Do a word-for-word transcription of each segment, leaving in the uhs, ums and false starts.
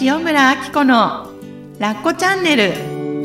塩村あき子のラッコチャンネル。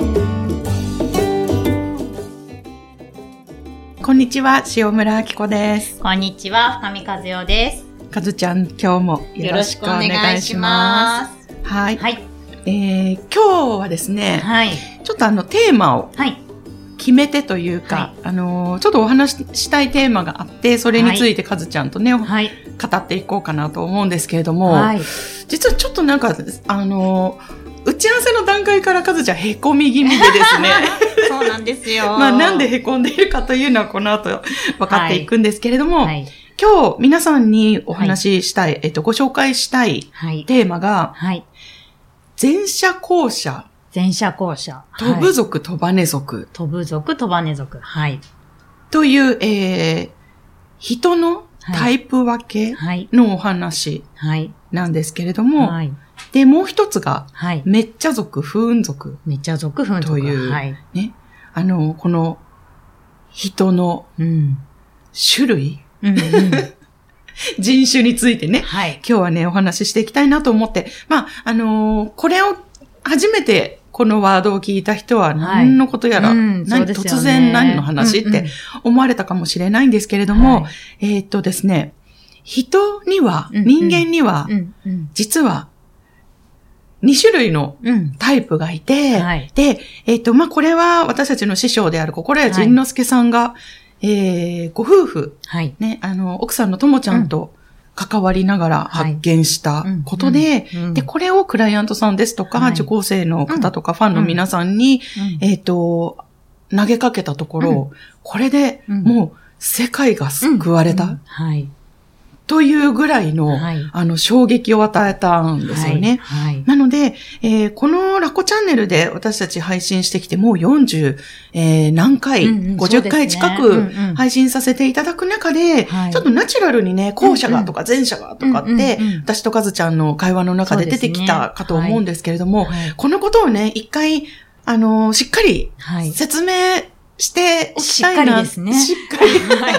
こんにちは、塩村あき子です。 こんにちは、深見和代です。 かずちゃん、今日もよろしくお願いします。はい、はい、えー、今日はですね、はい、ちょっとあのテーマを決めてというか、はい、あのー、ちょっとお話ししたいテーマがあって、それについてかずちゃんとね、はい、語っていこうかなと思うんですけれども、はい、実はちょっとなんかあのー打ち合わせの段階からかずちゃんへこみ気味でですねそうなんですよ。 まあなんでへこんでいるかというのはこの後分かっていくんですけれども、はいはい、今日皆さんにお話ししたい、はい、えっとご紹介したいテーマが、はい、前者後者。 前者後者。 飛ぶ族、飛ばね族。 飛ぶ族、飛ばね族。はい。 という、えー、人のタイプ分けのお話なんですけれども、はいはいで、もう一つが、はい、めっちゃ族、不運族。 めっちゃ族、不運族。 という、はい、ね。あの、この、人の、種類、うんうん、人種についてね、はい、今日はね、お話ししていきたいなと思って、まあ、あのー、これを初めて、このワードを聞いた人は、何のことやら、はいうん何ね、突然何の話、うんうん、って思われたかもしれないんですけれども、はい、えー、っとですね、人には、うんうん、人間には、うんうん、実は、に種類のタイプがいて、うんはい、で、えっと、まあ、これは私たちの師匠である心谷仁之助さんが、はい、えー、ご夫婦、はい、ね、あの、奥さんのともちゃんと関わりながら発見したことで、はいうんうん、で、これをクライアントさんですとか、はい、受講生の方とかファンの皆さんに、うん、えっと、投げかけたところ、うん、これでもう世界が救われた。うんうんはいというぐらいの、はい、あの、衝撃を与えたんですよね。はいはい、なので、えー、このラコチャンネルで私たち配信してきてもうよんじゅう、えー、何回、うんうん、ごじゅっかい近く配信させていただく中で、うんうん、ちょっとナチュラルにね、後者がとか前者がとかって、うんうん、私とカズちゃんの会話の中で出てきたかと思うんですけれども、ねはい、このことをね、一回、あのー、しっかり説明、はいしておきたいな。 しっかりですね。 しっかり。はい、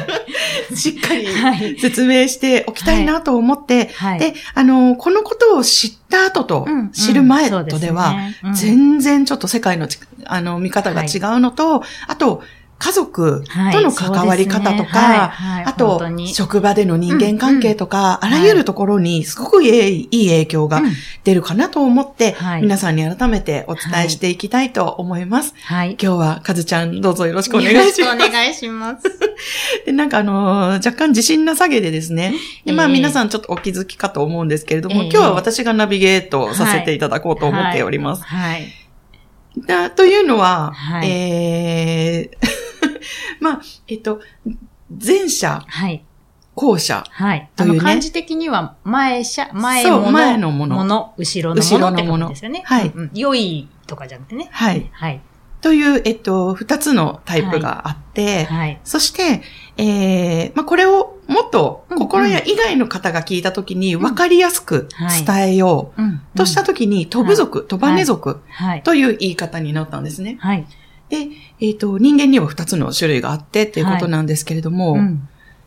しっかり説明しておきたいなと思って、はい、で、あの、このことを知った後と、うん、知る前とでは、ねうん、全然ちょっと世界の、あの、見方が違うのと、はい、あと、家族との関わり方とか、はいねはいはい、あと、職場での人間関係とか、うんうん、あらゆるところにすごくいい、いい影響が出るかなと思って、はい、皆さんに改めてお伝えしていきたいと思います。はい、今日はかずちゃんどうぞよろしくお願いします。 よろしくお願いします。 で、なんかあのー、若干自信なさげでですね、でまあ皆さんちょっとお気づきかと思うんですけれども、えー、今日は私がナビゲートさせていただこうと思っております。はい。はい、だというのは、はい、えー、まあ、えっと、前者、はい、後者、はい。というね。あの漢字的には前者、前もの、そう前のもの、もの後ろのものってことですよね。はい、うん。良いとかじゃなくてね。はい。はい。 という、えっと、二つのタイプがあって、はい。はい、そして、えー、まあ、これをもっと心や以外の方が聞いたときに分かりやすく伝えようとしたときに、飛ぶ族、飛ばね族という言い方になったんですね。はい。で、えっと、人間には二つの種類があってっていうことなんですけれども、はいうん、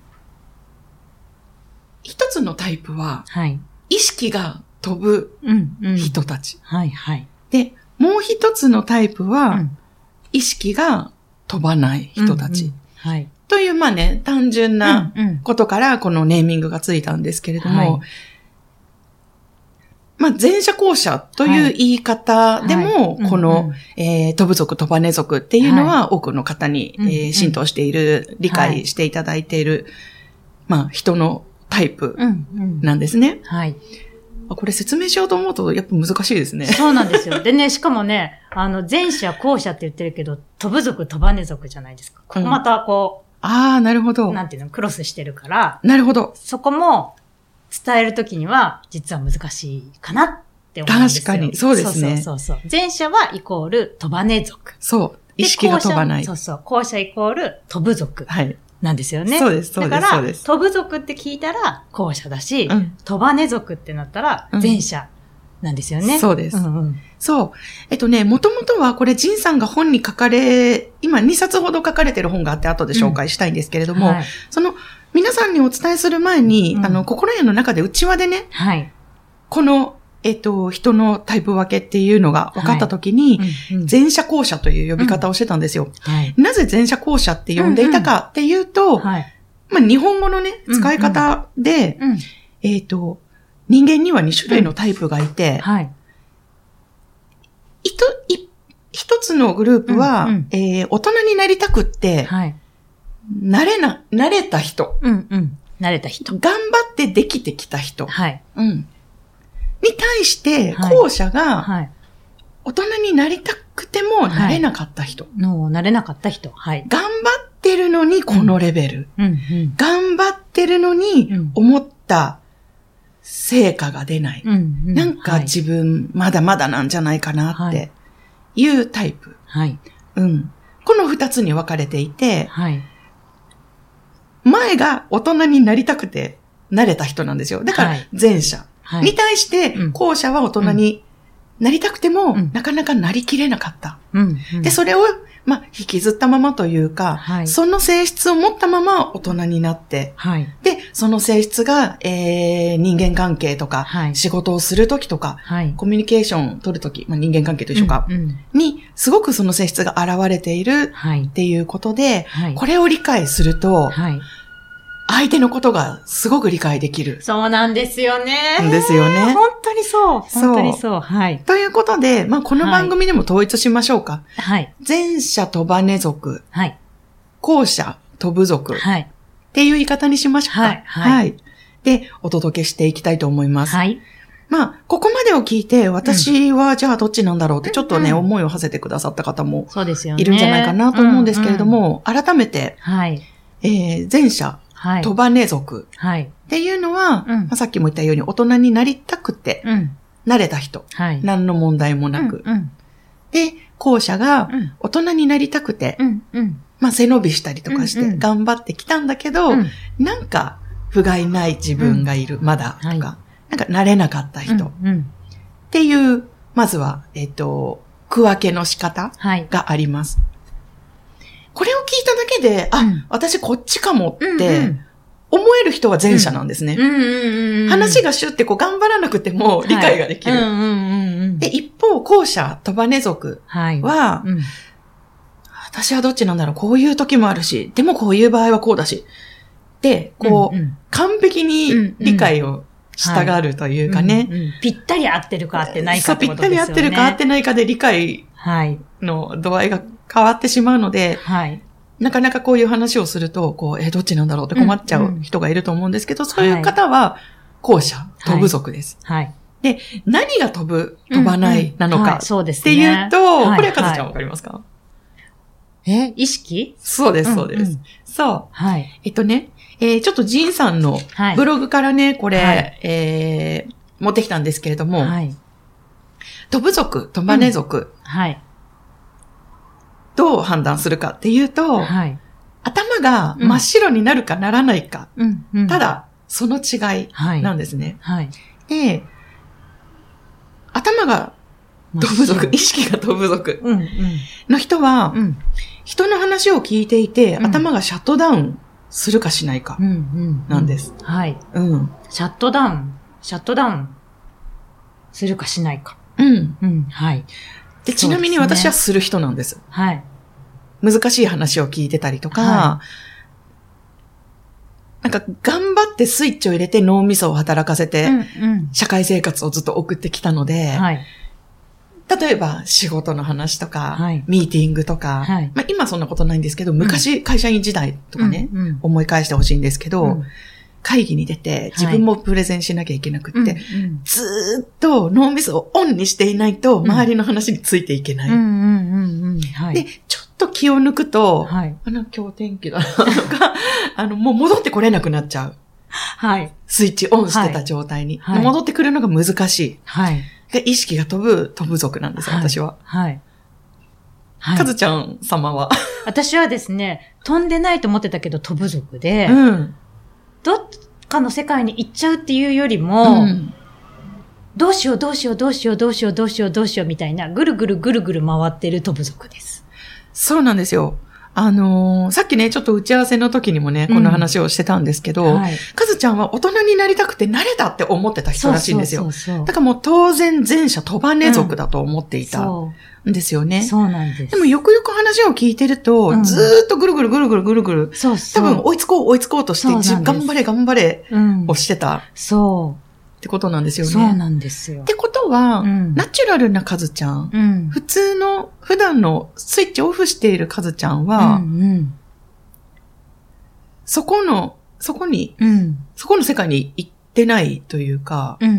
一つのタイプは、はい、意識が飛ぶ人たち、うんうんはいはい。で、もう一つのタイプは、うん、意識が飛ばない人たち。うんうんはい、という、まあね、単純なことからこのネーミングがついたんですけれども、はいまあ、前者後者という言い方でも、この、えー、飛ぶ族、飛ばね族っていうのは多くの方に、はいえー、浸透している、理解していただいている、まあ、人のタイプなんですね。はい。これ説明しようと思うと、やっぱ難しいですね。 そうなんですよ。でね、しかもね、あの、前者後者って言ってるけど、飛ぶ族、飛ばね族じゃないですか。ここまたこう、 うん、ああ、なるほど。 なんていうの、クロスしてるから。 なるほど。 そこも、伝えるときには、実は難しいかなって思うんですよ。 確かに、そうですね。 そうそうそう。前者はイコール飛ばね族。 そう。意識が飛ばない。 そうそう。後者イコール飛ぶ族。はい。なんですよね。 そうです、そうです。 だから、飛ぶ族って聞いたら後者だし、うん、飛ばね族ってなったら前者なんですよね。 うん、そうです。うんうん、そう。えっとね、もともとはこれ、ジンさんが本に書かれ、今にさつほど書かれてる本があって後で紹介したいんですけれども、うんはい、その、皆さんにお伝えする前に、うん、あの、心屋の中で内輪でね、はい、この、 えっと、人のタイプ分けっていうのが分かったときに、はいうんうん、前者後者という呼び方をしてたんですよ。うんはい、なぜ前者後者って呼んでいたかっていうと、うんうんはい、まあ、日本語のね、使い方で、うんうん、えっと、人間にはに種類のタイプがいて、うんはい、いとい一つのグループは、うんうんえー、大人になりたくって、はい、なれな、慣れた人。 うんうん。慣れた人。 頑張ってできてきた人。はい。うん。に対して、後者が、はい。大人になりたくてもなれなかった人。 の、はい、なれなかった人。はい。 頑張ってるのにこのレベル。うん。うんうん、頑張ってるのに思った成果が出ない。うんうん、なんか自分まだまだなんじゃないかなっていうタイプ。はい。うん。この二つに分かれていて、はい。前が大人になりたくてなれた人なんですよ。だから前者。はい、に対して後者は大人になりたくても、うん、なかなかなりきれなかった。うんうん、で、それを、まあ、引きずったままというか、はい、その性質を持ったまま大人になって、はい、で、その性質が、えー、人間関係とか、はい、仕事をするときとか、はい、コミュニケーションを取るとき、まあ、人間関係と一緒か、うんうん、に、すごくその性質が現れているっていうことで、はい、これを理解すると、はい相手のことがすごく理解できる。 そうなんですよね。 ですよね。 本当にそう。本当にそう。はい。 ということで、まあ、この番組でも統一しましょうか。はい。前者飛ばね族。はい。後者飛ぶ族。はい。っていう言い方にしましょうか。はい。はい。はい、で、お届けしていきたいと思います。はい。まあ、ここまでを聞いて、私はじゃあどっちなんだろうってちょっとね、うん、思いを馳せてくださった方もいるんじゃないかなと思うんですけれども、うんうん、改めて、はい。えー、前者、はい、飛ばね族。はい。っていうのは、うんまあ、さっきも言ったように大人になりたくて、うん、慣れた人。はい。何の問題もなく。うんうん、で、後者が大人になりたくて、うんうん、まあ背伸びしたりとかして頑張ってきたんだけど、うんうん、なんか不甲斐ない自分がいる、うん、まだとか、はい、なんか慣れなかった人。うんうん、っていう、まずは、えっと、区分けの仕方があります。はいこれを聞いただけで、あ、うん、私こっちかもって思える人は前者なんですね。話がシュってこう頑張らなくても理解ができる。で、一方、後者、飛ばね族は、はいうん、私はどっちなんだろう、こういう時もあるし、でもこういう場合はこうだし。で、こう、うんうん、完璧に理解をしたがるというかね、 うんうんはいうん。ぴったり合ってるか合ってないかってことですよね。 そう、ぴったり合ってるか合ってないかで理解の度合いが変わってしまうので、はい、なかなかこういう話をすると、こう、えー、どっちなんだろうって困っちゃう人がいると思うんですけど、うんうん、そういう方は、後者、飛ぶ族です。はい。で、何が飛ぶ、飛ばないなのか、っていうと、これはかずちゃんわかりますか？ え、意識？ そうです、そうです。うんうん、そう。はい。えっとね、えー、ちょっとジンさんのブログからね、これ、はい、えー、持ってきたんですけれども、はい、飛ぶ族、飛ばね族、うん、はい。どう判断するかっていうと、はい、頭が真っ白になるかならないか、うんうん、ただその違いなんですね。はいはい、で、頭が飛ぶ族、意識が飛ぶ族の人は、うんうん、人の話を聞いていて、うん、頭がシャットダウンするかしないかなんです。うんうんうん、はい、 うん。シャットダウン、シャットダウンするかしないか。 うん。うん、はい。で、ちなみに私はする人なんです。はい。難しい話を聞いてたりとか、はい、なんか頑張ってスイッチを入れて脳みそを働かせて、うんうん、社会生活をずっと送ってきたので、はい、例えば仕事の話とか、はい、ミーティングとか、はい、まあ、今そんなことないんですけど、昔会社員時代とかね、うんうん、思い返してほしいんですけど、うん会議に出て自分もプレゼンしなきゃいけなくって、はいうんうん、ずーっと脳みそをオンにしていないと周りの話についていけない。で、ちょっと気を抜くと、はい、あの今日天気だなとか、あのもう戻ってこれなくなっちゃう。はい。スイッチオンしてた状態に。はい、戻ってくるのが難しい。はい。で、意識が飛ぶ、飛ぶ族なんですよ、私は。はい。はい。かずちゃん様は私はですね、飛んでないと思ってたけど飛ぶ族で、うん。どっかの世界に行っちゃうっていうよりも、うん、どうしようどうしようどうしようどうしようどうしようどうしようみたいなぐるぐるぐるぐる回ってる飛ぶ族です。 そうなんですよ。 あのー、さっきね、ちょっと打ち合わせの時にもね、この話をしてたんですけど、うんはい、かずちゃんは大人になりたくてなれたって思ってた人らしいんですよ。そうそうそうそうだからもう当然前者鳥羽族だと思っていたんですよね。 うん、そうなんです。 でもよくよく話を聞いてると、うん、ずーっとぐるぐるぐるぐるぐるぐる、そうそう多分追いつこう追いつこうとして、頑張れ頑張れをしてた。うん、そう。ってことなんですよね。 そうなんですよ。 ってことは、うん、ナチュラルなカズちゃん、うん、普通の、普段のスイッチオフしているカズちゃんは、うんうん、そこの、そこに、うん、そこの世界に行ってないというか、うんうん、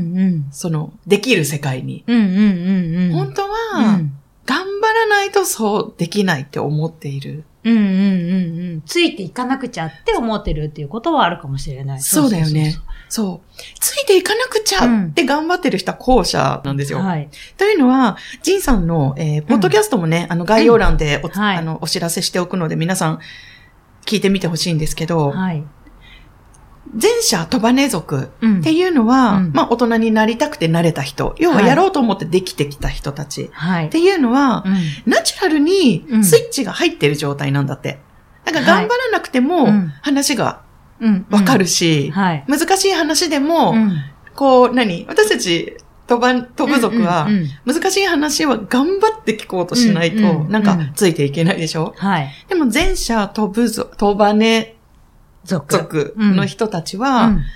その、できる世界に。うんうんうんうん、本当は、うん、頑張らないとそうできないって思っている。 うんうんうんうん。ついていかなくちゃって思ってるっていうことはあるかもしれない。 そうだよね。そう。ついていかなくちゃって頑張ってる人は後者なんですよ。うん、はい。というのは、ジンさんの、えー、ポッドキャストもね、うん、あの概要欄で お,、うんはい、あのお知らせしておくので皆さん聞いてみてほしいんですけど、はい。前者鳥羽族っていうのは、うん、まあ大人になりたくてなれた人、要はやろうと思ってできてきた人たち、はい、っていうのは、うん、ナチュラルにスイッチが入ってる状態なんだって。だから頑張らなくても話がわかるし、うんはい、難しい話でも、うん、こう何私たち鳥羽、鳥羽族は、難しい話は頑張って聞こうとしないと、なんかついていけないでしょ、はい、でも前者鳥羽族、鳥羽族の人たちは、うん、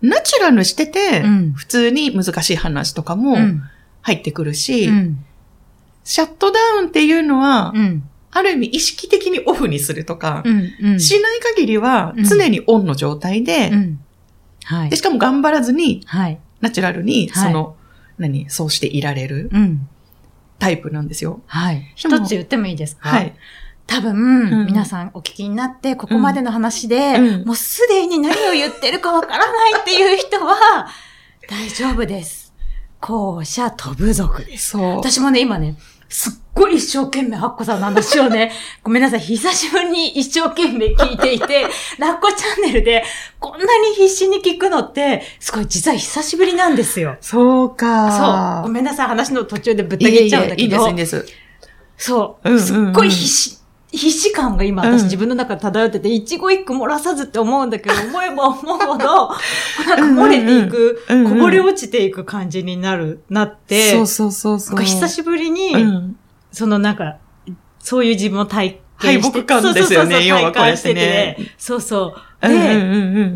ナチュラルしてて、うん、普通に難しい話とかも入ってくるし、うん、シャットダウンっていうのは、うん、ある意味意識的にオフにするとか、うんうん、しない限りは常にオンの状態で、うんはい、でしかも頑張らずに、はい、ナチュラルにその、はい、何、そうしていられる、うん、タイプなんですよ。 はい。一つ言ってもいいですか？はい。多分、うん、皆さんお聞きになって、ここまでの話で、うん、もうすでに何を言ってるかわからないっていう人は、大丈夫です。後者飛ぶ族です。そう。私もね、今ね、すっごい一生懸命、アッコさんの話をね、ごめんなさい、久しぶりに一生懸命聞いていて、ラッコチャンネルで、こんなに必死に聞くのって、すごい実は久しぶりなんですよ。 そうか。 そう。ごめんなさい、話の途中でぶった切っちゃうんだけど。いいいです、いいです。 そう。うんうんうん、すっごい必死。必死感が今私自分の中で漂ってて、うん、一語一句漏らさずって思うんだけど、思えば思うほど、なんか漏れていく、うんうん、こぼれ落ちていく感じになる、なって、そうそうそうそう。久しぶりに、うん、そのなんか、そういう自分を体験して、 敗北感ですよね、要はこれしてね。そうそう。で、うんうんうん、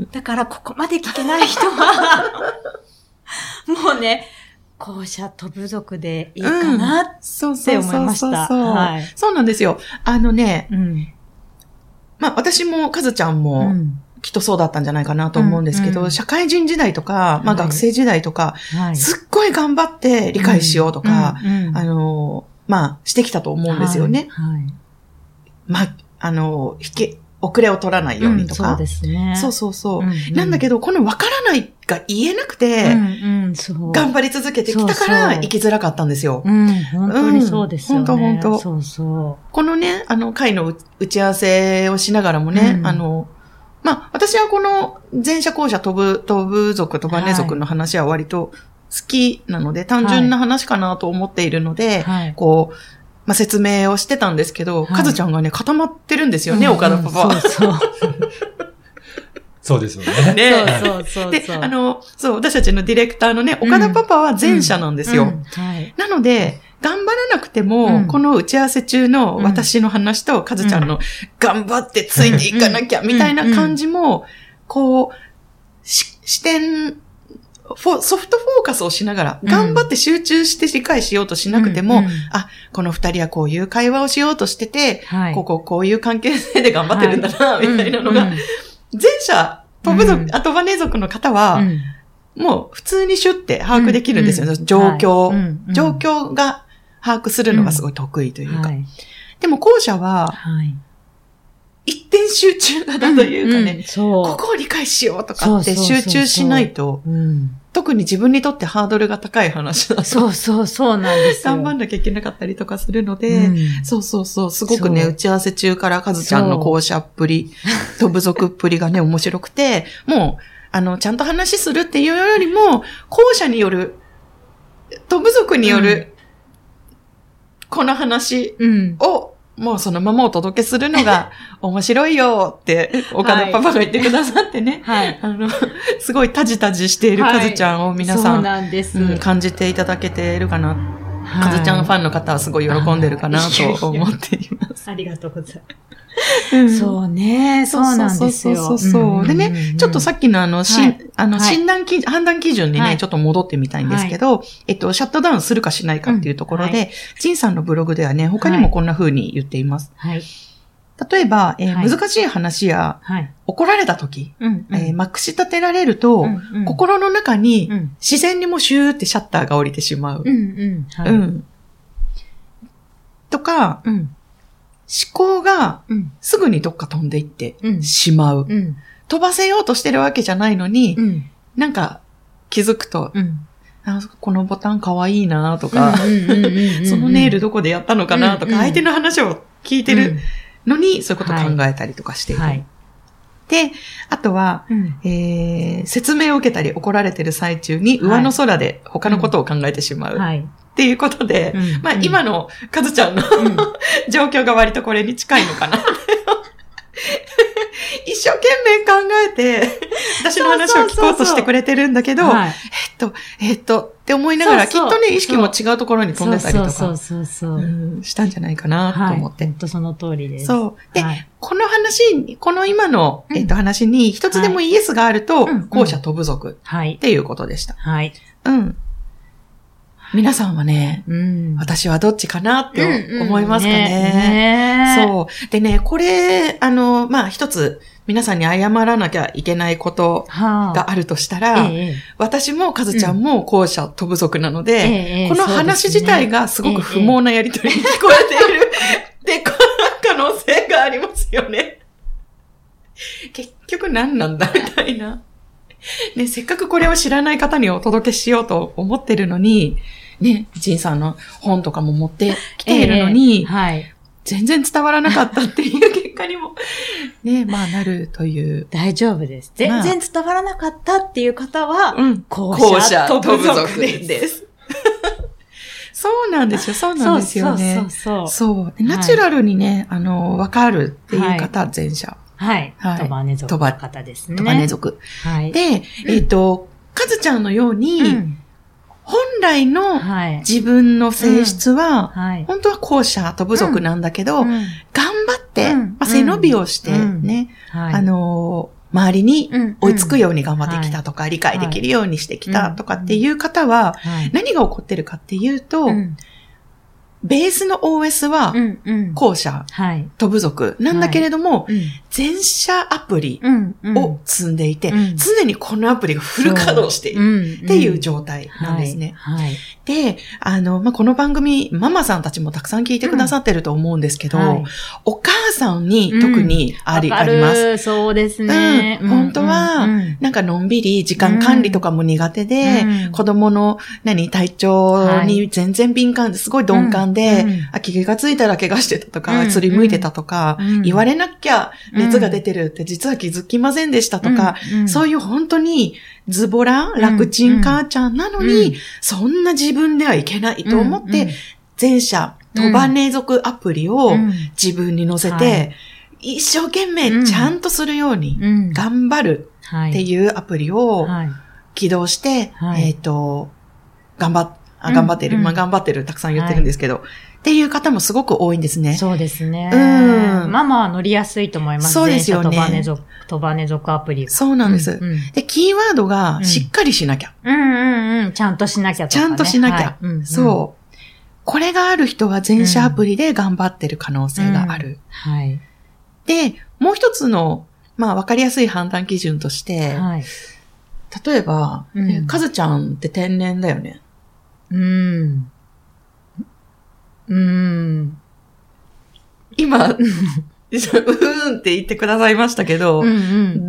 だからここまで聞けない人は、もうね、後者飛ぶ族でいいかなって思いました。 はい。そうなんですよ。あのね、うん、まあ私もカズちゃんもきっとそうだったんじゃないかなと思うんですけど、うんうん、社会人時代とか、まあ学生時代とか、はい、すっごい頑張って理解しようとか、うんうんうん、あの、まあしてきたと思うんですよね。はいはい、まあ、あの、引け、遅れを取らないようにとか。 うん、そうですね。 そうそうそう。うんうん、なんだけど、この分からないが言えなくて、うんうん、そう頑張り続けてきたから生きづらかったんですよ。 うん、本当にそうですよね。 うん、本当本当。 そうそう。 このね、あの、会の打ち合わせをしながらもね、うん、あの、まあ、私はこの前者後者飛ぶ、飛ぶ族、飛ばね族の話は割と好きなので、はい、単純な話かなと思っているので、はい、こう、まあ、説明をしてたんですけど、はい、カズちゃんがね、固まってるんですよね、うんうん、岡田パパは。そうそう。 そうですよね。 ねそうそうそうそう。で、あの、そう、私たちのディレクターのね、岡田パパは前者なんですよ。うんうんはい、なので、頑張らなくても、うん、この打ち合わせ中の私の話と、カズちゃんの頑張ってついていかなきゃ、みたいな感じも、こう、し視点、ソフトフォーカスをしながら、頑張って集中して理解しようとしなくても、うんうん、あ、この二人はこういう会話をしようとしてて、はい、こここういう関係性で頑張ってるんだな、はい、みたいなのが、うんうん、前者、飛ぶ族、うん、後羽族の方は、うん、もう普通にシュッて把握できるんですよ、うんうん、状況、はいうんうん。状況が把握するのがすごい得意というか。うんはい、でも後者は、はい一点集中型というかね、うんうん、そうここを理解しようとかって集中しないと、特に自分にとってハードルが高い話だと。 そうそうそうなんですよ。 頑張んなきゃいけなかったりとかするので、うん、そうそうそう、すごくね、打ち合わせ中からカズちゃんの後者っぷり、飛ぶ族っぷりがね、面白くて、もう、あの、ちゃんと話するっていうよりも、後者による、飛ぶ族による、この話を、 もうそのままお届けするのが面白いよって、岡田パパが言ってくださってね。はい。あの、すごいタジタジしているカズちゃんを皆さん、はい、そうなんです、うん、感じていただけているかな。はい、カズちゃんファンの方はすごい喜んでるかなと思っています。 ありがとうございます。うん、そうね。そうなんですよ。 そうそうそうそう、うん。でね、ちょっとさっきのあの、し、はい、あの、診断基準、判断基準にね、はい、ちょっと戻ってみたいんですけど、はい、えっと、シャットダウンするかしないかっていうところで、うんはい、ジンさんのブログではね、他にもこんな風に言っています。はい、例えば、えーはい、難しい話や、はい、怒られた時、うんうん、えー、まくし立てられると、うんうん、心の中に、自然にもシューってシャッターが降りてしまう。うんうんはい、うん、とか、うん思考がすぐにどっか飛んでいってしまう。うんうん、飛ばせようとしてるわけじゃないのに、うん、なんか気づくと、うん、あこのボタンかわいいなとか、そのネイルどこでやったのかなとか、うんうん、相手の話を聞いてるのに、そういうこと考えたりとかしている。はいはい、で、あとは、うんえー、説明を受けたり怒られてる最中に上の空で他のことを考えてしまう。はいはいっていうことで、うん、まあ、うん、今のカズちゃんの、うん、状況が割とこれに近いのかな。一生懸命考えて、私の話を聞こうとしてくれてるんだけど、えっと、えっと、って思いながら、そうそうきっとね、意識も違うところに飛んでたりとか、そうそうそうそう、うん、したんじゃないかなと思って。 はい、ほんとその通りです。 そう。で、はい、この話、この今の、えっと、話に一つでもイエスがあると、はい、後者飛ぶ族っていうことでした。はい。うん。皆さんはね、うん、私はどっちかなって思いますかね。うんうんねねそう。でね、これ、あの、まあ、一つ、皆さんに謝らなきゃいけないことがあるとしたら、はあええ、私もカズちゃんも後者飛ぶ族なので、うんええ、この話自体がすごく不毛なやりとりに聞こえている、ええ、で、可能性がありますよね。結局何なんだみたいな。ね、せっかくこれを知らない方にお届けしようと思ってるのに、ね、ジンさんの本とかも持ってきているのに、えーはい、全然伝わらなかったっていう結果にも、ね、まあなるという。 大丈夫です。全然伝わらなかったっていう方は、 うん、後者飛ぶ族です。そうなんですよ、そうなんですよね。そうそうそう。そう。ナチュラルにね、はい、あの、わかるっていう方、はい、前者。 はい。はい。トバネ族の方ですね。 トバネ族。はい。で、えっ、ー、と、カズちゃんのように、うん、本来の自分の性質は、はいうんはい、本当は後者飛ぶ族なんだけど、うん、頑張って、うんまあ、背伸びをしてね、うんはい、あのー、周りに追いつくように頑張ってきたとか、うん、理解できるようにしてきたとかっていう方は、何が起こってるかっていうと、うんベースの オーエス は後者、うんうん、飛ぶ族なんだけれども、はいうん、前者アプリを積んでいて、うんうん、常にこのアプリがフル稼働しているっていう状態なんですね。はいはい、で、あの、まあ、この番組、ママさんたちもたくさん聞いてくださってると思うんですけど、うんはい、お母さんに特にあり、うん、あります。 そうですね。 うん、本当は、なんかのんびり時間管理とかも苦手で、うん、子供の何体調に全然敏感ですごい鈍感で、で、うん、あ、気がついたら怪我してたとか、うん、釣り向いてたとか、うん、言われなきゃ熱が出てるって実は気づきませんでしたとか、うん、そういう本当にズボラ、楽ちん母ちゃんなのに、うん、そんな自分ではいけないと思って、うん、前者、トバネ族アプリを自分に乗せて、うんはい、一生懸命ちゃんとするように頑張るっていうアプリを起動して、はい、えっと、頑張って、あ頑張ってる、うん。まあ頑張ってる。たくさん言ってるんですけど、はい。っていう方もすごく多いんですね。 そうですね。うん。ママは乗りやすいと思います。そうですよね。トバネ族、トバネ族アプリ。 そうなんです、うんうん。で、キーワードがしっかりしなきゃ。 うん、うん、うんうん。ちゃんとしなきゃとか、ね。 ちゃんとしなきゃ。はいうんうん、そう。これがある人は全社アプリで頑張ってる可能性がある。うんうん、はい。で、もう一つの、まあわかりやすい判断基準として、はい、例えば、うん、カズちゃんって天然だよね。うん。うん。今、うーんって言ってくださいましたけど、うんうん、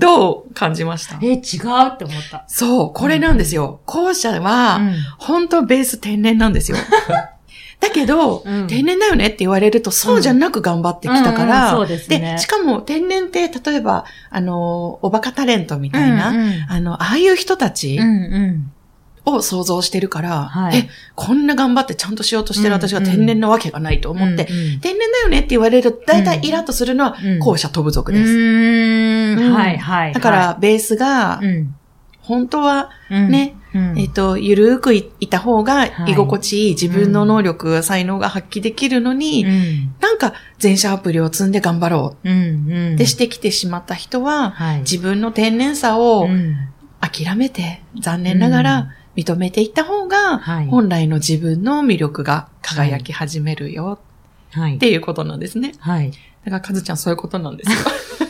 どう感じました？ え、違うって思った。 そう、これなんですよ。うん、後者は、うん、本当ベース天然なんですよ。だけど、うん、天然だよねって言われると、そうじゃなく頑張ってきたから、うんうんうん、そうですね。で、しかも天然って、例えば、あの、おバカタレントみたいな、うんうん、あの、ああいう人たち、うんうんを想像してるから、はい、え、こんな頑張ってちゃんとしようとしてる私が天然なわけがないと思って、うんうん、天然だよねって言われると、だいたいイラッとするのは後者飛ぶ族です。 うんうん、はいはい。 だから、ベースが、うん本当はね、うんうん、えっと、ゆるーく い, いた方が居心地いい、はい、自分の能力、うん、才能が発揮できるのに、うん、なんか前者アプリを積んで頑張ろう、うんうん、ってしてきてしまった人は、はい、自分の天然さを諦めて、残念ながら認めていった方が、うん、本来の自分の魅力が輝き始めるよ、はい、っていうことなんですね。はい、だから、かずちゃんそういうことなんですよ。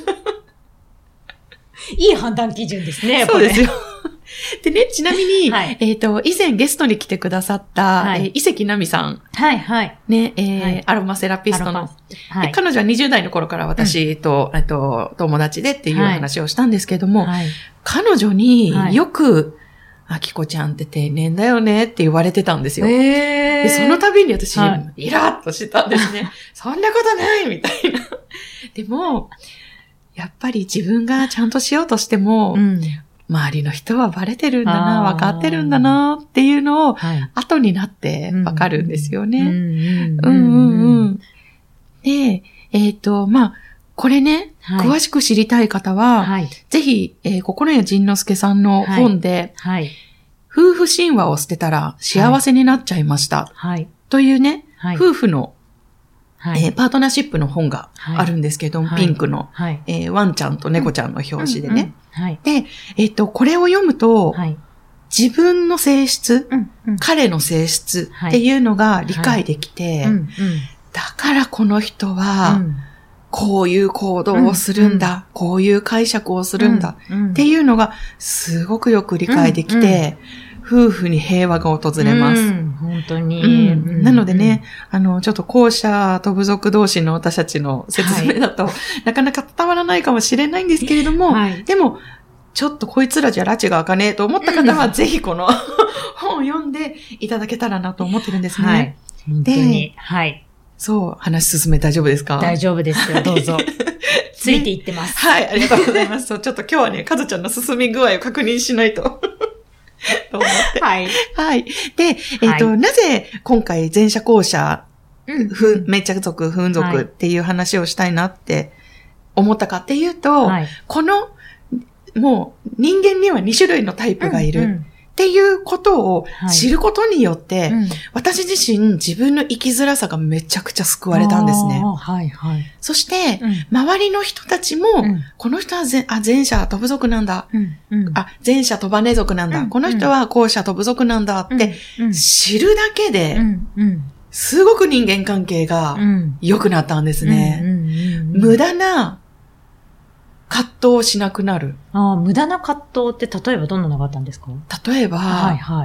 いい判断基準ですね。 そうですよ。でね、ちなみに、はい、えっ、ー、と、以前ゲストに来てくださった、はい、えー、伊関奈美さん。 はいはい。 ね、えーはい、アロマセラピストの。はい、彼女はにじゅう代の頃から私と、うん、えっと、友達でっていう話をしたんですけども、はい、彼女によく、はい、あきこちゃんって天然だよねって言われてたんですよ。 へー。 で、その度に私、はい、イラッとしてたんですね。そんなことないみたいな。でも、やっぱり自分がちゃんとしようとしても、うん、周りの人はバレてるんだな、分かってるんだなっていうのを、後になって分かるんですよね。うんうんうん。で、えっと、まあ、これね、はい、詳しく知りたい方は、はい、ぜひ、えー、心谷仁之助さんの本で、はいはい、夫婦神話を捨てたら幸せになっちゃいました。はい、というね、はい、夫婦のはいえー、パートナーシップの本があるんですけど、はい、ピンクの、はいえー、ワンちゃんと猫ちゃんの表紙でね。うんうんうんはい、で、えっと、これを読むと、はい、自分の性質、うんうん、彼の性質っていうのが理解できて、はいはいうんうん、だからこの人は、こういう行動をするんだ、うんうん、こういう解釈をするんだ、うんうん、っていうのがすごくよく理解できて、うんうん夫婦に平和が訪れます。うん、 本当に、 うん。なのでね、あの、ちょっと後者と部族同士の私たちの説明だと、はい、なかなか伝わらないかもしれないんですけれども、はい、でも、ちょっとこいつらじゃ拉致が開かねえと思った方は、ぜひこの本を読んでいただけたらなと思ってるんですね。はい。 本当に。はい。 そう、話進め大丈夫ですか？ 大丈夫ですよ、どうぞ。ついていってます。 はい、ありがとうございます。ちょっと今日はね、かずちゃんの進み具合を確認しないと。と思って。はい。はい。で、えっ、ー、と、はい、なぜ今回前者後者、うん、ふ、滅着族、不運族っていう話をしたいなって思ったかっていうと、はい、この、もう人間にはに種類のタイプがいる。うんうんっていうことを知ることによって、はいうん、私自身自分の生きづらさがめちゃくちゃ救われたんですね。はいはい、そして、うん、周りの人たちも、うん、この人は前あ前者飛ぶ族なんだ、うんうん、あ前者飛ばね族なんだ、うん、この人は後者飛ぶ族なんだって知るだけで、うんうん、すごく人間関係が良くなったんですね。うんうんうんうん、無駄な葛藤をしなくなる。 ああ、無駄な葛藤って例えばどんなのがあったんですか？ 例えば、はいはい、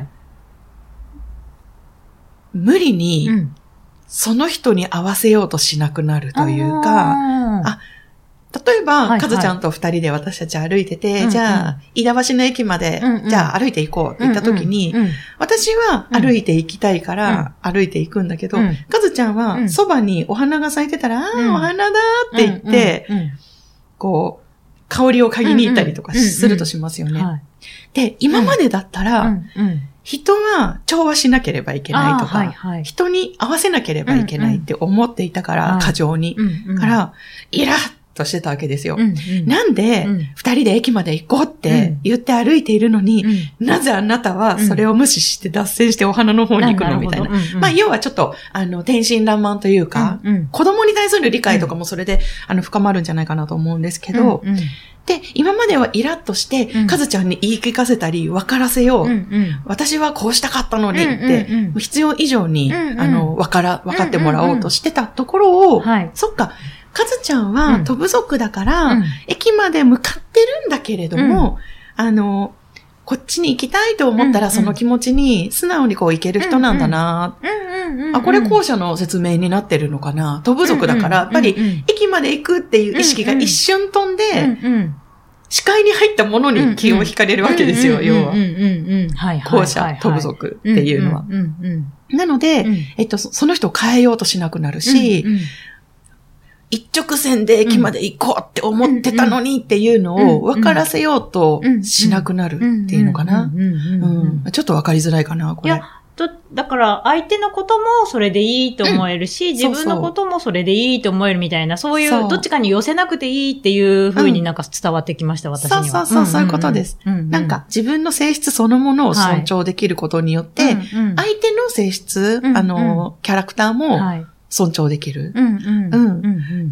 無理に、その人に合わせようとしなくなるというか、ああ例えば、はいはい、かずちゃんと二人で私たち歩いてて、うんうん、じゃあ、飯田橋の駅まで、うんうん、じゃあ歩いて行こうって言った時に、うんうんうん、私は歩いて行きたいから、歩いて行くんだけど、うん、かずちゃんはそばにお花が咲いてたら、うん、ああ、お花だって言って、うんうんうん、こう、香りを嗅ぎに行ったりとかするとしますよね。うんうんうんうん、で、今までだったら、うんうん、人は調和しなければいけないとか、はいはい、人に合わせなければいけないって思っていたから、うんうん、過剰に。うんうん、から、イラッとしてたわけですよ。うんうん、なんで、二、うん、人で駅まで行こうって言って歩いているのに、うん、なぜあなたはそれを無視して脱線してお花の方に行くのみたいな。うんうん、まあ、要はちょっと、あの、天真爛漫というか、うんうん、子供に対する理解とかもそれで、あの、深まるんじゃないかなと思うんですけど、うんうん、で、今まではイラッとして、うん、かずちゃんに言い聞かせたり、分からせよう。うんうん、私はこうしたかったのにって、うんうんうん、必要以上に、うんうん、あの、分から、分かってもらおうとしてたところを、うんうんうん、そっか、かずちゃんは飛ぶ族だから、うん、駅まで向かってるんだけれども、うん、あの、こっちに行きたいと思ったら、その気持ちに素直にこう行ける人なんだな。あ、これ後者の説明になってるのかな。飛ぶ族だから、やっぱり駅まで行くっていう意識が一瞬飛んで、視界に入ったものに気を惹かれるわけですよ、要は。後者、飛ぶ族っていうのは。なので、えっと、その人を変えようとしなくなるし、一直線で駅まで行こうって思ってたのにっていうのを分からせようとしなくなるっていうのかな。 ちょっとわかりづらいかな、これ。 いや、と、だから相手のこともそれでいいと思えるし、うん、自分のこともそれでいいと思えるみたいな、そういう、どっちかに寄せなくていいっていう風になんか伝わってきました、うん、私には。 そうそうそう、そういうことです。うんうん、なんか自分の性質そのものを尊重できることによって、はいうんうん、相手の性質、うんうん、あの、キャラクターも尊重できる。うんうんうん、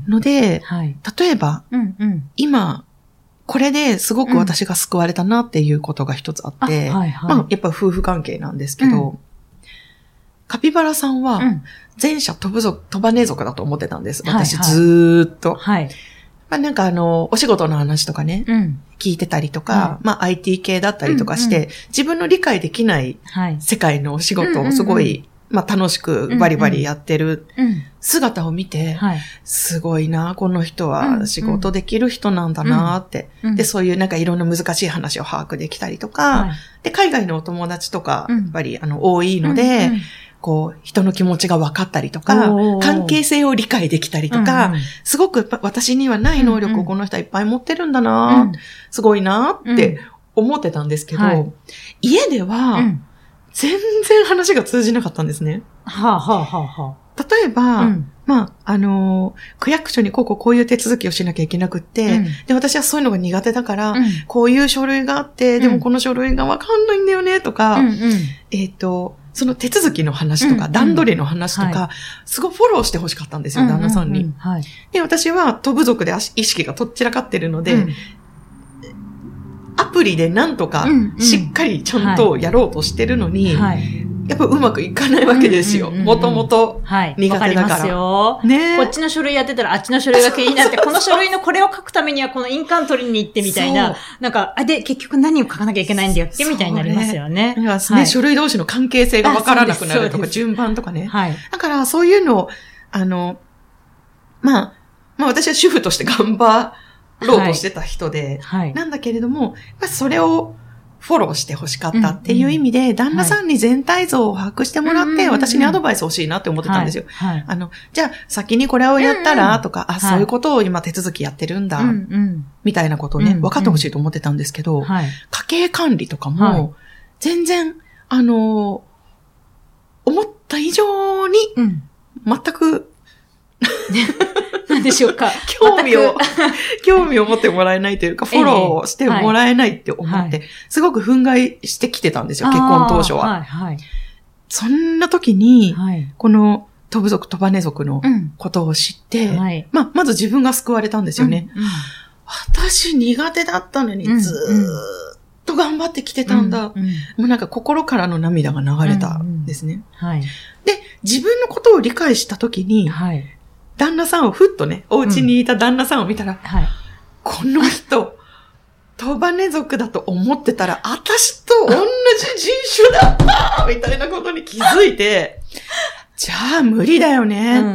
ので、はい、例えば、うんうん、今、これですごく私が救われたなっていうことが一つあって、うんはいはい、まあ、やっぱ夫婦関係なんですけど、うん、カピバラさんは前者飛ぶ族、飛ばね族だと思ってたんです。私ずーっと。はいはい、まあ、なんかあの、お仕事の話とかね、うん、聞いてたりとか、うん、まあ アイティー 系だったりとかして、うんうん、自分の理解できない世界のお仕事をすごい、うんうんうんまあ楽しくバリバリやってる姿を見て、うんうんはい、すごいな、この人は仕事できる人なんだなって、うんうん。で、そういうなんかいろんな難しい話を把握できたりとか、はい、で、海外のお友達とか、やっぱりあの多いので、うんうん、こう、人の気持ちが分かったりとか、関係性を理解できたりとか、うんうん、すごく私にはない能力をこの人はいっぱい持ってるんだな、うん、すごいなって思ってたんですけど、はい、家では、うん全然話が通じなかったんですね。 はあ、はあはあはあ、 例えば、うん、まあ、あのー、区役所にこうこうこういう手続きをしなきゃいけなくって、うん、で、私はそういうのが苦手だから、うん、こういう書類があって、でもこの書類がわかんないんだよね、とか、うんうん、えっと、その手続きの話とか、うん、段取りの話とか、はい、すごいフォローしてほしかったんですよ、旦那さんに、うんうんうんはい。で、私は飛ぶ族で意識がとっちらかってるので、うんアプリでなんとかしっかりちゃんとやろうとしてるのに、うんうんはい、やっぱうまくいかないわけですよ。もともと苦手だから。はい、わかりますよ。ね、 こっちの書類やってたらあっちの書類が気になって、この書類のこれを書くためにはこの印鑑取りに行ってみたいな、なんか、あ、で、結局何を書かなきゃいけないんだよってみたいになりますよね。 ね、はい、書類同士の関係性がわからなくなるとか、順番とかね。はい、だからそういうのを、あの、まあ、まあ私は主婦として頑張ろうとしてた人で、はいはい、なんだけれども、それをフォローして欲しかったっていう意味で、うんうん、旦那さんに全体像を把握してもらって、はい、私にアドバイス欲しいなって思ってたんですよ。はいはい、あの、じゃあ先にこれをやったら、うんうん、とか、あ、そういうことを今手続きやってるんだ、はい、みたいなことをね、分かってほしいと思ってたんですけど、はい、家計管理とかも、全然、あの、思った以上に、全く、 何でしょうか。 興味を、興味を持ってもらえないというか、フォローしてもらえないって思って、ええはい、すごく憤慨してきてたんですよ、結婚当初は。はいはい、そんな時に、はい、この飛ぶ族、飛ばね族のことを知って、うんはい、まあ、まず自分が救われたんですよね。うんうん、私苦手だったのにずーっと頑張ってきてたんだ。うんうん、もうなんか心からの涙が流れたんですね。うんうんはい、で、自分のことを理解した時に、はい旦那さんをふっとね、お家にいた旦那さんを見たら、うんはい、この人、トバネ族だと思ってたら、私と同じ人種だったみたいなことに気づいて、じゃあ無理だよね、うんうん。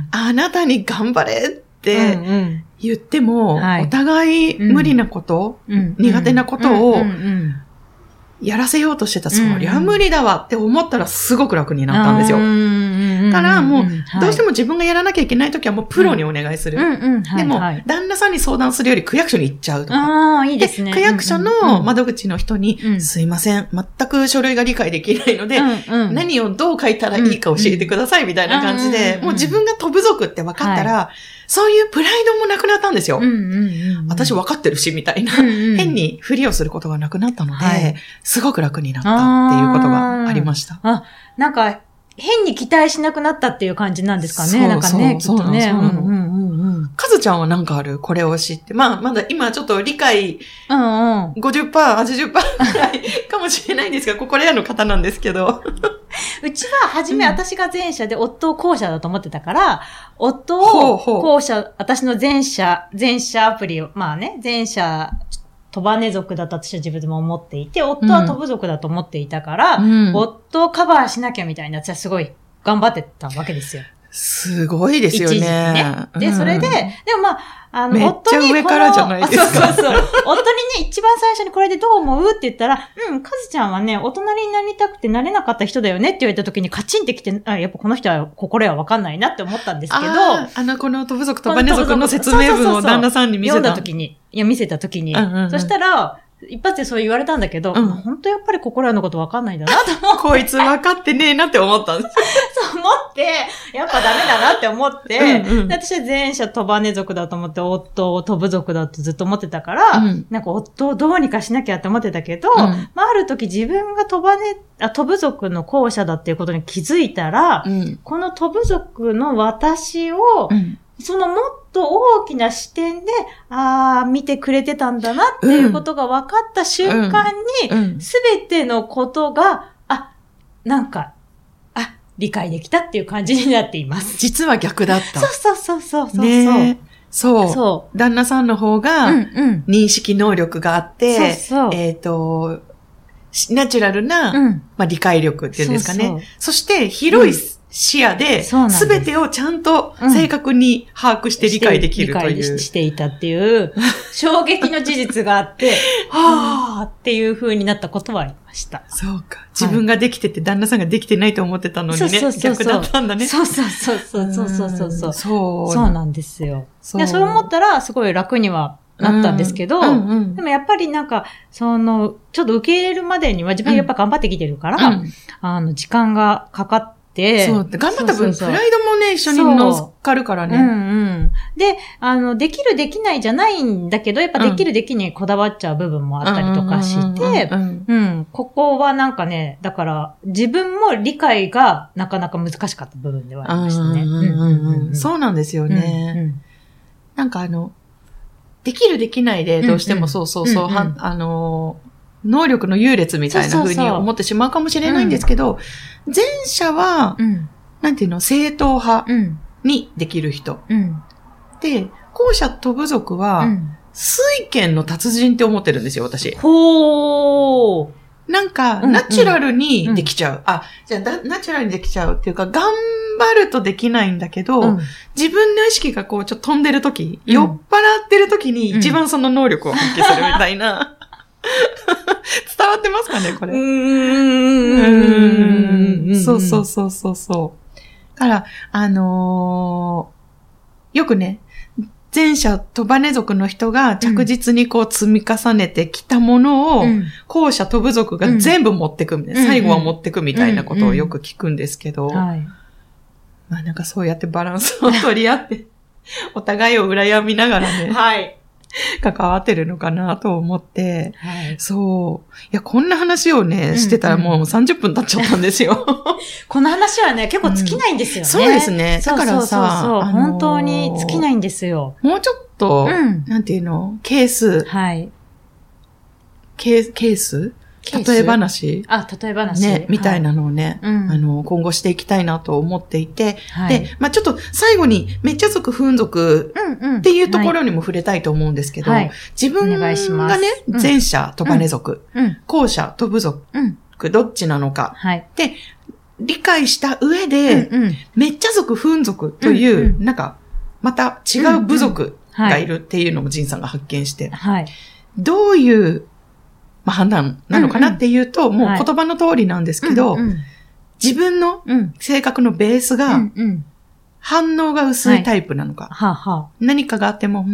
あなたに頑張れって言っても、うんうんはい、お互い無理なこと、うん、苦手なことをやらせようとしてた、うんうん、そりゃ無理だわって思ったらすごく楽になったんですよ。からもう、どうしても自分がやらなきゃいけないときはもうプロにお願いする。でも、旦那さんに相談するより区役所に行っちゃうとか。 ああ、いいですね。 区役所の窓口の人に、すいません、全く書類が理解できないので、何をどう書いたらいいか教えてくださいみたいな感じで、もう自分が飛ぶ族って分かったら、そういうプライドもなくなったんですよ。私分かってるし、みたいな。変にふりをすることがなくなったので、すごく楽になったっていうことがありました。 あ、なんか、変に期待しなくなったっていう感じなんですかね。そうなんかね、きっとね。 かずちゃんはなんかあるこれを知って。まあ、まだ今ちょっと理解、うんうん、ごじゅっパーセント、はちじゅっパーセント ぐらいかもしれないんですが、これらの方なんですけど。 うちは初め私が前者で夫を後者だと思ってたから、夫を後者、私の前者、前者アプリを、まあね、前者、飛ばね族だと私は自分でも思っていて、夫は飛ぶ族だと思っていたから、うん、夫をカバーしなきゃみたいな、私はすごい頑張ってたわけですよ。 すごいですよね。一時ね。 で、それで、うん、でもまあ、あの、夫にこの、めっちゃ上からじゃないですか。 そうそうそう。夫にね、一番最初にこれでどう思うって言ったら、うん、かずちゃんはね、お隣になりたくてなれなかった人だよねって言われた時にカチンってきて、あ、やっぱこの人は心はわかんないなって思ったんですけど、 あ, あの、この飛ぶ族、飛ばね族の説明文を旦那さんに見せた。 読んだ時に、いや、見せた時に、うんうんうん、そしたら、 一発でそう言われたんだけど、うん、本当やっぱり心のこと分かんないんだなと思って。 こいつ分かってねえなって思ったんです。 そう思って、やっぱダメだなって思って、うんうん、私は前者トバネ族だと思って、夫を飛ぶ族だとずっと思ってたから、うん、なんか夫をどうにかしなきゃって思ってたけど、うん、まあある時自分がトバネ、あ、飛ぶ族の後者だっていうことに気づいたら、うん、この飛ぶ族の私を、うん、そのもっと大きな視点で、ああ、見てくれてたんだなっていうことが分かった瞬間に、すべ、うんうん、てのことが、あ、なんか、あ、理解できたっていう感じになっています。 実は逆だった。 そうそうそうそうそう。 ね、そう。そう。旦那さんの方が、認識能力があって、うんうん、そうそうえっ、ー、と、ナチュラルな、うん、まあ、理解力っていうんですかね。そうそうそして、広い、うん視野で、すべてをちゃんと正確に把握して理解できるという。 理解していたっていう、衝撃の事実があって、はぁーっていう風になったことはありました。 そうか。自分ができてて、旦那さんができてないと思ってたのにね。そうそうそう逆だったんだね。 そうそうそうそうそうそうそうそう。そう。そうなんですよ。そう。いや、そう思ったら、すごい楽にはなったんですけど、うんうんうん、でもやっぱりなんか、その、ちょっと受け入れるまでには自分はやっぱ頑張ってきてるから、うん、あの、時間がかかって、 そう。頑張った分、プライドもね、一緒に乗っかるからね。 うんうん。で、あの、できるできないじゃないんだけど、やっぱできるできないこだわっちゃう部分もあったりとかして、うん。ここはなんかね、だから、自分も理解がなかなか難しかった部分ではありましたね。 そうなんですよね。うんうん、なんかあの、できるできないで、どうしてもそうそうそう、うんうん、あの、能力の優劣みたいな風に思ってしまうかもしれないんですけど、前者は、うん、なんていうの、正統派にできる人。うん、で、後者飛ぶ族は、うん、水拳の達人って思ってるんですよ、私。 ほー。 なんか、ナチュラルにできちゃう。うんうん、あ、じゃあ、ナチュラルにできちゃうっていうか、頑張るとできないんだけど、うん、自分の意識がこう、ちょっと飛んでる時、うん、酔っ払ってる時に一番その能力を発揮するみたいな。伝わってますかね、これ。うーん。そうそうそうそうそう。だから、あのー、よくね、前者トバネ族の人が着実にこう積み重ねてきたものを、うん、後者飛ぶ族が全部持ってくみたいな、うん、最後は持ってくみたいなことをよく聞くんですけど、うんうんはい、まあなんかそうやってバランスを取り合って、お互いを羨みながらね。はい。関わってるのかなと思って、はい、そう。いや、こんな話をね、うんうん、してたらもうさんじゅっぷん経っちゃったんですよ。 この話はね、結構尽きないんですよね。うん、 そうですね。だからさ、そうそうそう、 あのー、本当に尽きないんですよ。 もうちょっと、うん、なんていうのケース。はい。ケーケース例え話あ、例え話ね、みたいなのをね、はい、あの、今後していきたいなと思っていて、はい、で、まあちょっと最後に、めっちゃ族、ふん族っていうところにも触れたいと思うんですけど、はい、自分がね、前者、トバネ族、うん、後者、飛ぶ族、うん、どっちなのか、はい、で、理解した上で、うんうん、めっちゃ族、ふん族という、うんうん、なんか、また違う部族がいるっていうのもジンさんが発見して、はい、どういうまあ、判断なのかなっていうと、うんうん、もう言葉の通りなんですけど、はいうんうん、自分の性格のベースが、うんうん、反応が薄いタイプなのか、はいはは何かがあっても、うん、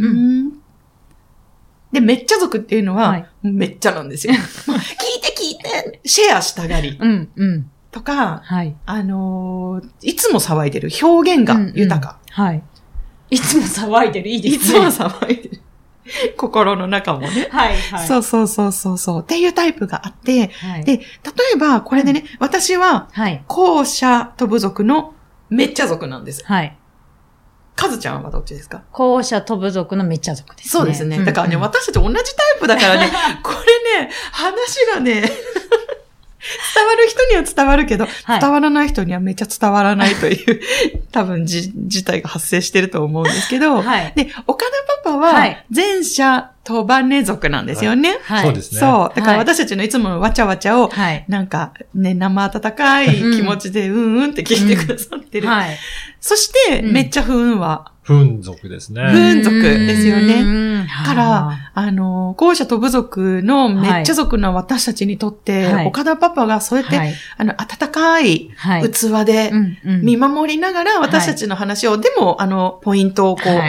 で、めっちゃ族っていうのは、はい、めっちゃなんですよ。聞いて聞いて、シェアしたがり。うんうん、とか、はい、あのー、いつも騒いでる表現が豊か、 うんうんはい。いつも騒いでる、いいですね。 いつも騒いでる。心の中もね。はいはい。そうそうそうそうそう。っていうタイプがあって、はい、で、例えばこれでね、うん、私は、後者飛ぶ族のめっちゃ族なんです。はい。かずちゃんはどっちですか？ 後者飛ぶ族のめっちゃ族ですね。 そうですね。だからね、うんうん、私たち同じタイプだからね、これね、話がね、伝わる人には伝わるけど、はい、伝わらない人にはめっちゃ伝わらないという、多分じ、事態が発生してると思うんですけど、はい、で、岡田パパは、前者トバネ族なんですよね。 はい、そうですね。 そう。だから私たちのいつものわちゃわちゃを、はい、なんかね、生温かい気持ちで、うんうんって聞いてくださってる。うんはい、そして、うん、めっちゃ不運は、 不運族ですね。 不運族ですよね。から、あの、後者飛ぶ族のめっちゃ族の私たちにとって、はい、岡田パパがそうやって、はい、あの、温かい器で見守りながら私たちの話を、はい、でも、あの、ポイントをこう、はい、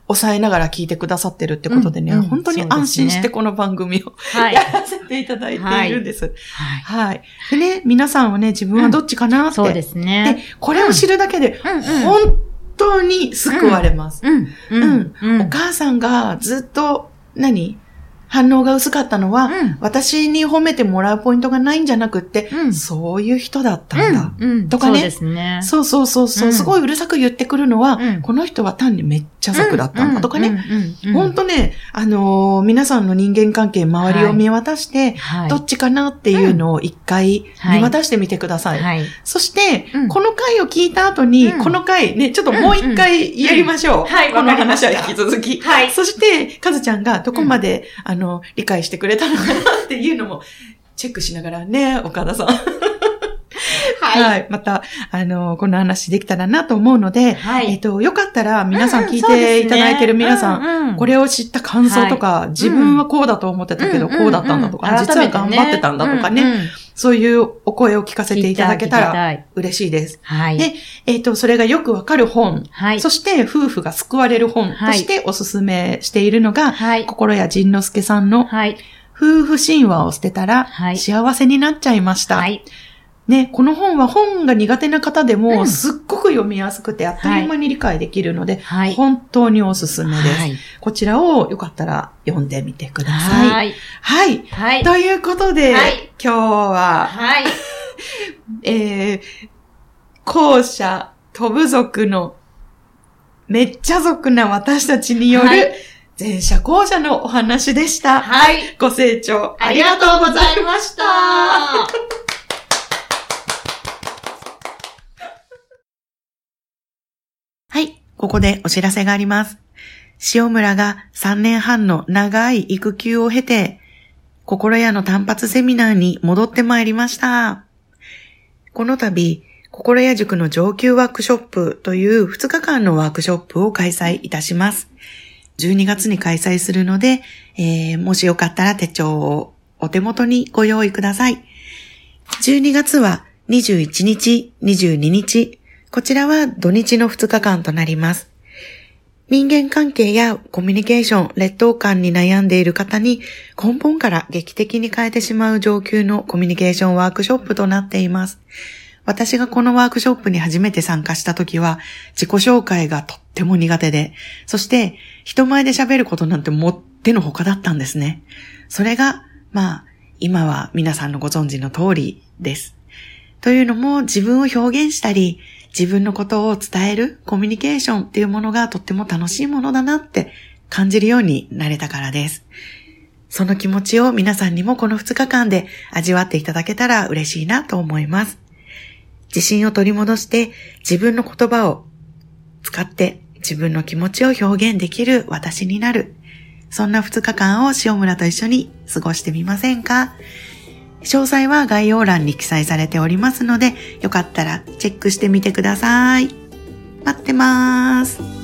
抑えながら聞いてくださってるってことでね、うんうん、本当に安心してこの番組を、はい、やらせていただいているんです。はい。はい。でね、皆さんはね、自分はどっちかなって。うん、 そうですね。 で、これを知るだけで、うん、本当に救われます。うん。うん。うんうん、お母さんがずっと、何反応が薄かったのは、うん、私に褒めてもらうポイントがないんじゃなくって、うん、そういう人だったんだ。うんうん、とかね。そうですね。そうそうそうそう、うん、すごいうるさく言ってくるのは、うん、この人は単にめっちゃ族だったんだとかね。ほんとね、あのー、皆さんの人間関係、周りを見渡して、はい、どっちかなっていうのを一回見渡してみてください。はいはい、そして、うん、この回を聞いた後に、うん、この回ね、ちょっともう一回やりましょう。うんうん、はい、この話は引き続き。はい。そして、かずちゃんがどこまで、うん、あの、の理解してくれたのかなっていうのもチェックしながらね、岡田さん。はい、はい。また、あの、この話できたらなと思うので、はい、えっと、よかったら皆さん聞いていただいてる皆さん、うんうん、これを知った感想とか、はい、自分はこうだと思ってたけど、うん、こうだったんだとか、うんうん、実は頑張ってたんだとかね、うんうん、そういうお声を聞かせていただけたら嬉しいです。はい。で、えっと、それがよくわかる本、はい、そして夫婦が救われる本としておすすめしているのが、はい、心谷仁之助さんの、はい、夫婦神話を捨てたら幸せになっちゃいました。はい、ね、この本は本が苦手な方でもすっごく読みやすくてあっという間に理解できるので、はい、本当におすすめです、はい。こちらをよかったら読んでみてください。はい。はい。はい、ということで、はい、今日は、はい、えー、後者飛ぶ族のめっちゃ族な私たちによる、はい、前者後者のお話でした。はい。ご清聴ありがとうございました。はい。ここでお知らせがあります。塩村がさんねんはんの長い育休を経て、心屋の単発セミナーに戻ってまいりました。この度、心屋塾の上級ワークショップというふつかかんのワークショップを開催いたします。じゅうにがつに開催するので、えー、もしよかったら手帳をお手元にご用意ください。じゅうにがつはにじゅういちにち、にじゅうににち、こちらは土日のふつかかんとなります。人間関係やコミュニケーション、劣等感に悩んでいる方に根本から劇的に変えてしまう上級のコミュニケーションワークショップとなっています。私がこのワークショップに初めて参加した時は自己紹介がとっても苦手で、そして人前で喋ることなんてもってのほかだったんですね。それが、まあ、今は皆さんのご存知の通りです。というのも自分を表現したり、自分のことを伝えるコミュニケーションっていうものがとっても楽しいものだなって感じるようになれたからです。その気持ちを皆さんにもこのふつかかんで味わっていただけたら嬉しいなと思います。自信を取り戻して自分の言葉を使って自分の気持ちを表現できる私になる。そんなふつかかんを塩村と一緒に過ごしてみませんか？詳細は概要欄に記載されておりますので、よかったらチェックしてみてください。待ってます。